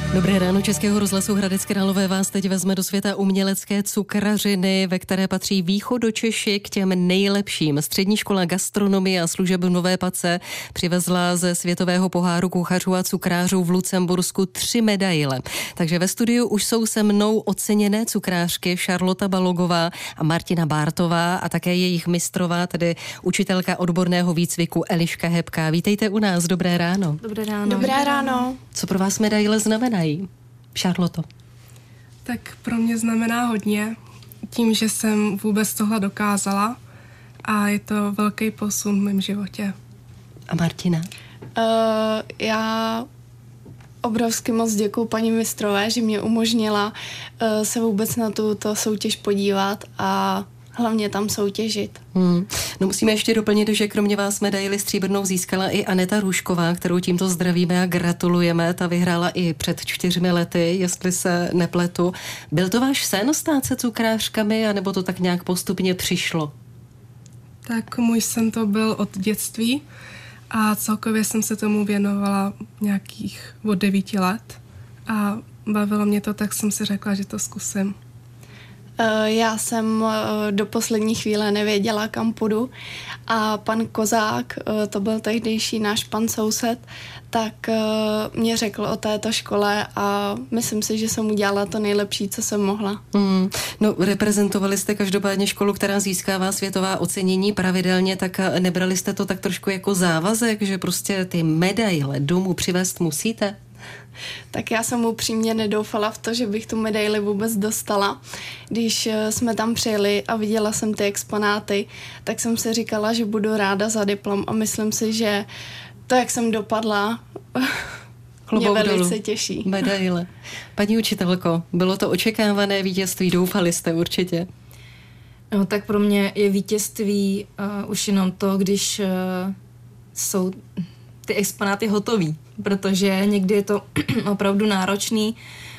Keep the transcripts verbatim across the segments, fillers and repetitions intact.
Dobré ráno Českého rozhlasu Hradec Králové vás teď vezme do světa umělecké cukrařiny, ve které patří Východočeši k těm nejlepším. Střední škola gastronomie a služeb v Nové Pace přivezla ze světového poháru kuchařů a cukrářů v Lucembursku tři medaile. Takže ve studiu už jsou se mnou oceněné cukrářky Šarlota Balogová a Martina Bártová a také jejich mistrová, tedy učitelka odborného výcviku Eliška Hebká. Vítejte u nás, dobré ráno. Dobré ráno. Dobré ráno. Co pro vás medaile znamenají? Šarloto. Tak pro mě znamená hodně, tím, že jsem vůbec tohle dokázala a je to velký posun v mém životě. A Martina? Uh, já obrovsky moc děkuju paní mistrové, že mě umožnila uh, se vůbec na tuto soutěž podívat a hlavně tam soutěžit. Hmm. No musíme ještě doplnit, že kromě vás medaili stříbrnou získala i Aneta Růžková, kterou tímto zdravíme a gratulujeme. Ta vyhrála i před čtyřmi lety, jestli se nepletu. Byl to váš sen stát se cukrářkami, anebo to tak nějak postupně přišlo? Tak můj sen to byl od dětství a celkově jsem se tomu věnovala nějakých od devíti let a bavilo mě to, tak jsem si řekla, že to zkusím. Já jsem do poslední chvíle nevěděla, kam půjdu a pan Kozák, to byl tehdejší náš pan soused, tak mě řekl o této škole a myslím si, že jsem udělala to nejlepší, co jsem mohla. Hmm. No, reprezentovali jste každopádně školu, která získává světová ocenění pravidelně, tak nebrali jste to tak trošku jako závazek, že prostě ty medaile domů přivést musíte? Tak já jsem upřímně nedoufala v to, že bych tu medaili vůbec dostala. Když jsme tam přijeli a viděla jsem ty exponáty, tak jsem si říkala, že budu ráda za diplom a myslím si, že to, jak jsem dopadla, mě velice dolů. Těší. Medaile. Paní učitelko, bylo to očekávané vítězství, doufali jste určitě? No tak pro mě je vítězství uh, už jenom to, když uh, jsou ty exponáty hotový, protože někdy je to opravdu náročný,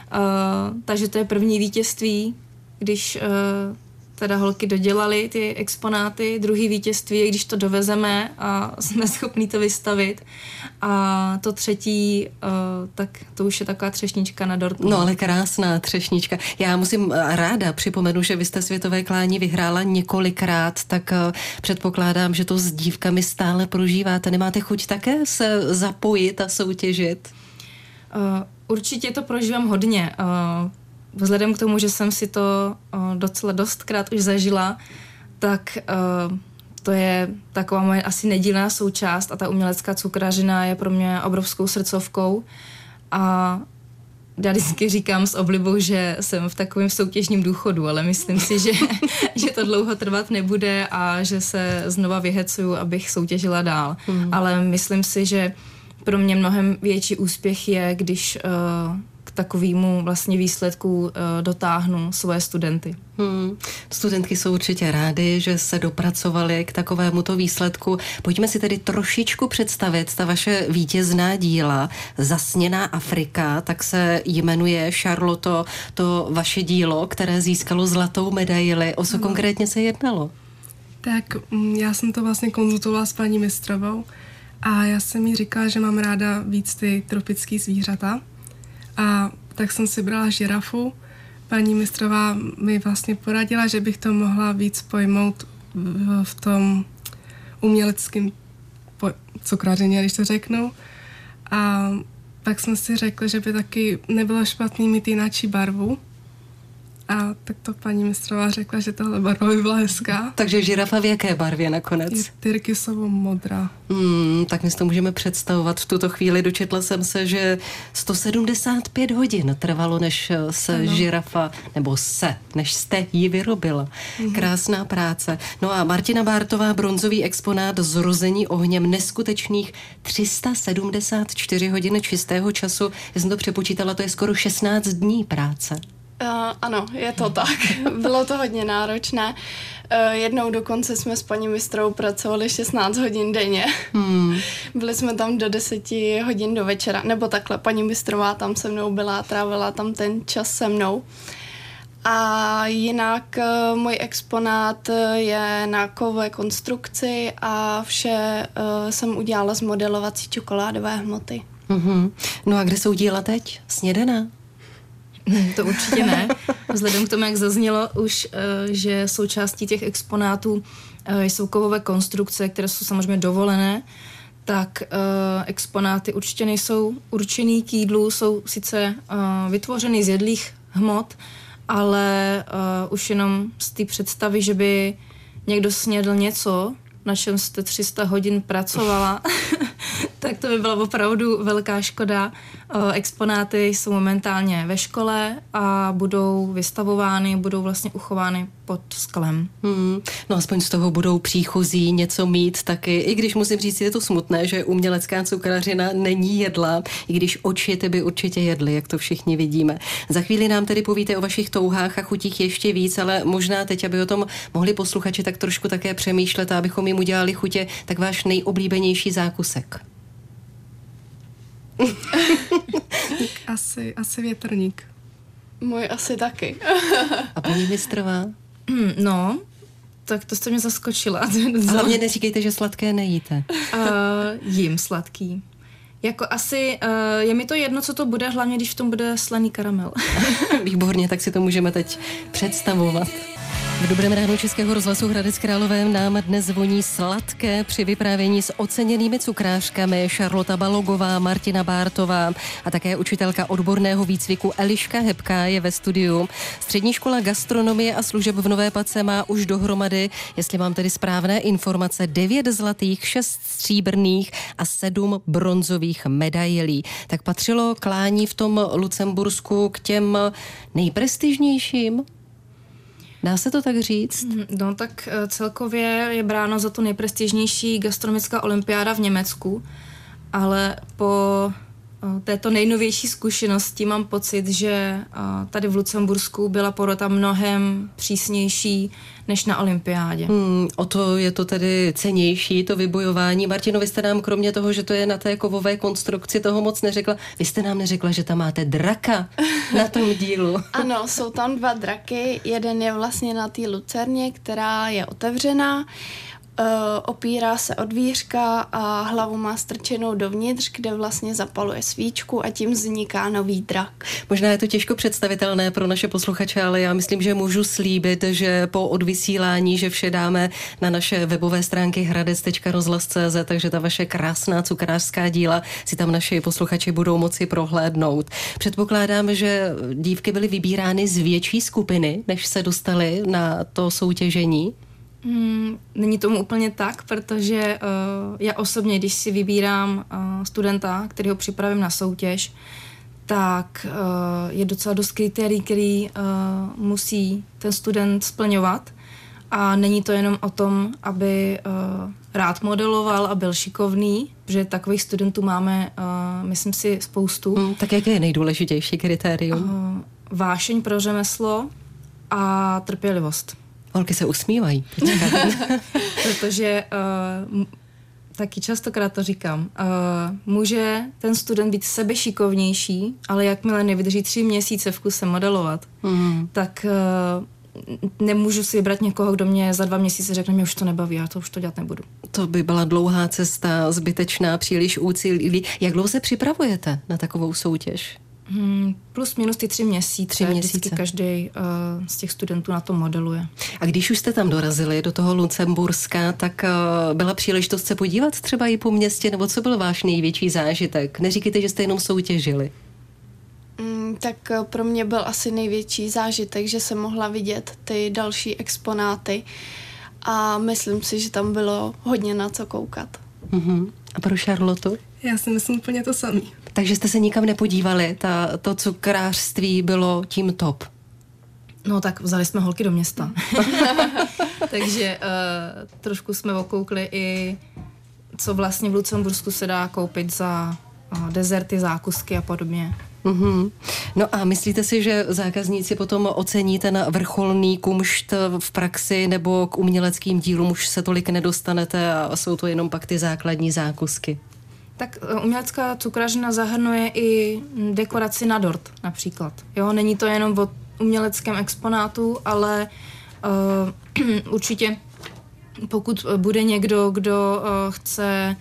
uh, takže to je první vítězství, když uh, teda holky dodělali ty exponáty, druhý vítězství je, když to dovezeme a jsme schopní to vystavit a to třetí, uh, tak to už je taková třešnička na dortu. No ale krásná třešnička. Já musím ráda připomenu, že vy jste světové klání vyhrála několikrát, tak uh, předpokládám, že to s dívkami stále prožíváte. Nemáte chuť také se zapojit a soutěžit? Uh, určitě to prožívám hodně. Uh, Vzhledem k tomu, že jsem si to uh, docela dostkrát už zažila, tak uh, to je taková moje asi nedílná součást a ta umělecká cukrařina je pro mě obrovskou srdcovkou a já vždycky říkám s oblibou, že jsem v takovém soutěžním důchodu, ale myslím si, že, že to dlouho trvat nebude a že se znova vyhecuju, abych soutěžila dál. Hmm. Ale myslím si, že pro mě mnohem větší úspěch je, když uh, takovému vlastně výsledku uh, dotáhnu svoje studenty. Hmm. Studentky jsou určitě rády, že se dopracovali k takovémuto výsledku. Pojďme si tedy trošičku představit ta vaše vítězná díla. Zasněná Afrika, tak se jmenuje, Šarloto, to vaše dílo, které získalo zlatou medaili. O co hmm. konkrétně se jednalo? Tak já jsem to vlastně konzultovala s paní mistrovou a já jsem jí říkala, že mám ráda víc ty tropické zvířata. A tak jsem si brala žirafu. Paní mistrová mi vlastně poradila, že bych to mohla víc pojmout v, v tom uměleckém po, cukrařině, když to řeknu. A tak jsem si řekla, že by taky nebylo špatný mít jináčí barvu. A tak to paní mistrová řekla, že tahle barva by byla hezká. Takže žirafa v jaké barvě nakonec? Je tyrkysovo modrá. Hmm, tak my si to můžeme představovat v tuto chvíli. Dočetla jsem se, že sto sedmdesát pět hodin trvalo, než se ano. žirafa, nebo se, než jste ji vyrobila. Mhm. Krásná práce. No a Martina Bártová, bronzový exponát Zrození ohněm, neskutečných tři sta sedmdesát čtyři hodin čistého času. Já jsem to přepočítala, to je skoro šestnáct dní práce. Uh, ano, je to tak. Bylo to hodně náročné. Uh, jednou dokonce jsme s paní mistrou pracovali šestnáct hodin denně. Hmm. Byli jsme tam do deseti hodin do večera. Nebo takhle, paní mistrová tam se mnou byla, trávila tam ten čas se mnou. A jinak uh, můj exponát je na kovové konstrukci a vše uh, jsem udělala z modelovací čokoládové hmoty. Mm-hmm. No a kde jsou díla teď? Snědená? To určitě ne. Vzhledem k tomu, jak zaznělo už, že součástí těch exponátů jsou kovové konstrukce, které jsou samozřejmě dovolené, tak exponáty určitě nejsou určený k jídlu, jsou sice vytvořeny z jedlých hmot, ale už jenom z té představy, že by někdo snědl něco, na čem jste tři sta hodin pracovala, tak to by byla opravdu velká škoda. Exponáty jsou momentálně ve škole a budou vystavovány, budou vlastně uchovány pod sklem. Hmm. No aspoň z toho budou příchozí něco mít taky, i když musím říct, je to smutné, že umělecká cukrařina není jedla, i když oči ty by určitě jedly, jak to všichni vidíme. Za chvíli nám tedy povíte o vašich touhách a chutích ještě víc, ale možná teď, aby o tom mohli posluchači tak trošku také přemýšlet a abychom jim udělali chutě, tak váš nejoblíbenější zákusek. asi, asi větrník. Můj asi taky. A paní mistrová? No, tak to jste mě zaskočila. Hlavně neříkejte, že sladké nejíte. Uh, jím sladký. Jako asi uh, je mi to jedno, co to bude, hlavně když v tom bude slaný karamel. Výborně, tak si to můžeme teď představovat. V Dobrém ránu Českého rozhlasu Hradec Králové nám dnes zvoní sladké při vyprávění s oceněnými cukrářkami Šarlota Balogová, Martina Bártová a také učitelka odborného výcviku Eliška Hebká je ve studiu. Střední škola gastronomie a služeb v Nové Pace má už dohromady, jestli mám tedy správné informace, devět zlatých, šest stříbrných a sedm bronzových medailí. Tak patřilo klání v tom Lucembursku k těm nejprestižnějším? Dá se to tak říct? No tak celkově je bráno za tu nejprestižnější gastronomická olympiáda v Německu, ale po této nejnovější zkušenosti mám pocit, že tady v Lucembursku byla porota mnohem přísnější než na olympiádě. Hmm, o to je to tedy cennější, to vybojování. Martino, vy jste nám kromě toho, že to je na té kovové konstrukci, toho moc neřekla. Vy jste nám neřekla, že tam máte draka na tom dílu. Ano, jsou tam dva draky. Jeden je vlastně na té lucerně, která je otevřená. Uh, opírá se od dvířka a hlavu má strčenou dovnitř, kde vlastně zapaluje svíčku a tím vzniká nový drak. Možná je to těžko představitelné pro naše posluchače, ale já myslím, že můžu slíbit, že po odvysílání, že vše dáme na naše webové stránky hradec tečka rozhlas tečka cé zet, takže ta vaše krásná cukrářská díla si tam naši posluchači budou moci prohlédnout. Předpokládám, že dívky byly vybírány z větší skupiny, než se dostaly na to soutěžení. Hmm, není tomu úplně tak, protože uh, já osobně, když si vybírám uh, studenta, který ho připravím na soutěž, tak uh, je docela dost kritérií, který uh, musí ten student splňovat. A není to jenom o tom, aby uh, rád modeloval a byl šikovný, protože takových studentů máme, uh, myslím si, spoustu. Hmm, tak jaké je nejdůležitější kritérium? Uh, vášeň pro řemeslo a trpělivost. Holky se usmívají. Protože uh, taky častokrát to říkám, uh, může ten student být sebešikovnější, ale jakmile nevydrží tři měsíce v kuse modelovat, mm. tak uh, nemůžu si vybrat někoho, kdo mě za dva měsíce řekne, mě už to nebaví, já to už to dělat nebudu. To by byla dlouhá cesta, zbytečná, příliš úsilí. Jak dlouho se připravujete na takovou soutěž? Hmm, plus minus ty tři měsíce. Tři měsíce. Vždycky každý uh, z těch studentů na to modeluje. A když už jste tam dorazili do toho Lucemburska, tak uh, byla příležitost se podívat třeba i po městě, nebo co byl váš největší zážitek? Neříkejte, že jste jenom soutěžili. Mm, tak pro mě byl asi největší zážitek, že jsem mohla vidět ty další exponáty a myslím si, že tam bylo hodně na co koukat. Uh-huh. A pro Šarlotu? Já si myslím úplně to samý. Takže jste se nikam nepodívali, ta, to cukrářství bylo tím top. No tak vzali jsme holky do města. Takže uh, trošku jsme okoukli i, co vlastně v Lucembursku se dá koupit za uh, dezerty, zákusky a podobně. Mm-hmm. No a myslíte si, že zákazníci potom ocení ten vrcholný kumšt v praxi, nebo k uměleckým dílům už se tolik nedostanete a jsou to jenom pak ty základní zákusky? Tak umělecká cukrařina zahrnuje i dekoraci na dort například. Jo, není to jenom o uměleckém exponátu, ale uh, určitě pokud bude někdo, kdo uh, chce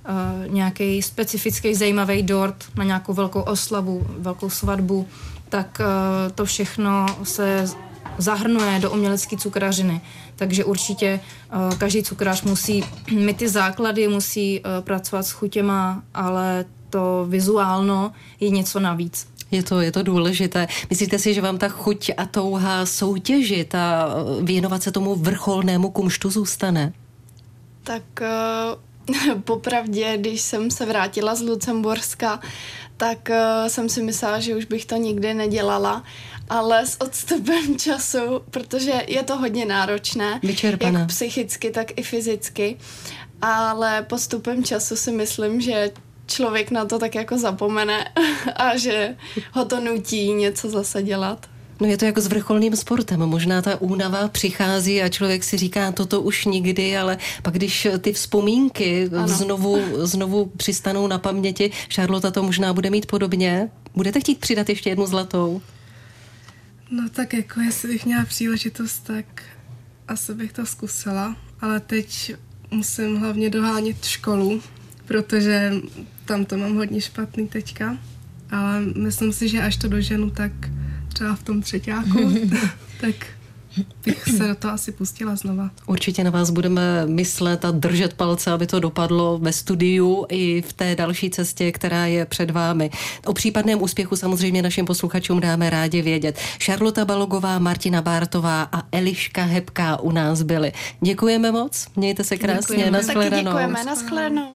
uh, nějaký specifický zajímavý dort na nějakou velkou oslavu, velkou svatbu, tak uh, to všechno se zahrnuje do umělecké cukrařiny. Takže určitě uh, každý cukrář musí mít ty základy, musí uh, pracovat s chutěma, ale to vizuálno je něco navíc. Je to, je to důležité. Myslíte si, že vám ta chuť a touha soutěžit a věnovat se tomu vrcholnému kumštu zůstane? Tak uh, popravdě, když jsem se vrátila z Lucemburska, tak uh, jsem si myslela, že už bych to nikdy nedělala, ale s odstupem času, protože je to hodně náročné, vyčerpané, jak psychicky, tak i fyzicky, ale postupem času si myslím, že člověk na to tak jako zapomene a že ho to nutí něco zase dělat. No je to jako s vrcholným sportem. Možná ta únava přichází a člověk si říká, toto už nikdy, ale pak když ty vzpomínky znovu, znovu přistanou na paměti, Charlotte to možná bude mít podobně. Budete chtít přidat ještě jednu zlatou? No tak jako jestli bych měla příležitost, tak asi bych to zkusila, ale teď musím hlavně dohánět školu, protože tam to mám hodně špatný teďka, ale myslím si, že až to doženu, tak třeba v tom třeťáku, tak bych se do toho asi pustila znova. Určitě na vás budeme myslet a držet palce, aby to dopadlo ve studiu i v té další cestě, která je před vámi. O případném úspěchu samozřejmě našim posluchačům dáme rádi vědět. Charlotte Balogová, Martina Bártová a Eliška Hebká u nás byly. Děkujeme moc, mějte se krásně, Děkujeme. nashledanou. Taky děkujeme, nashledanou.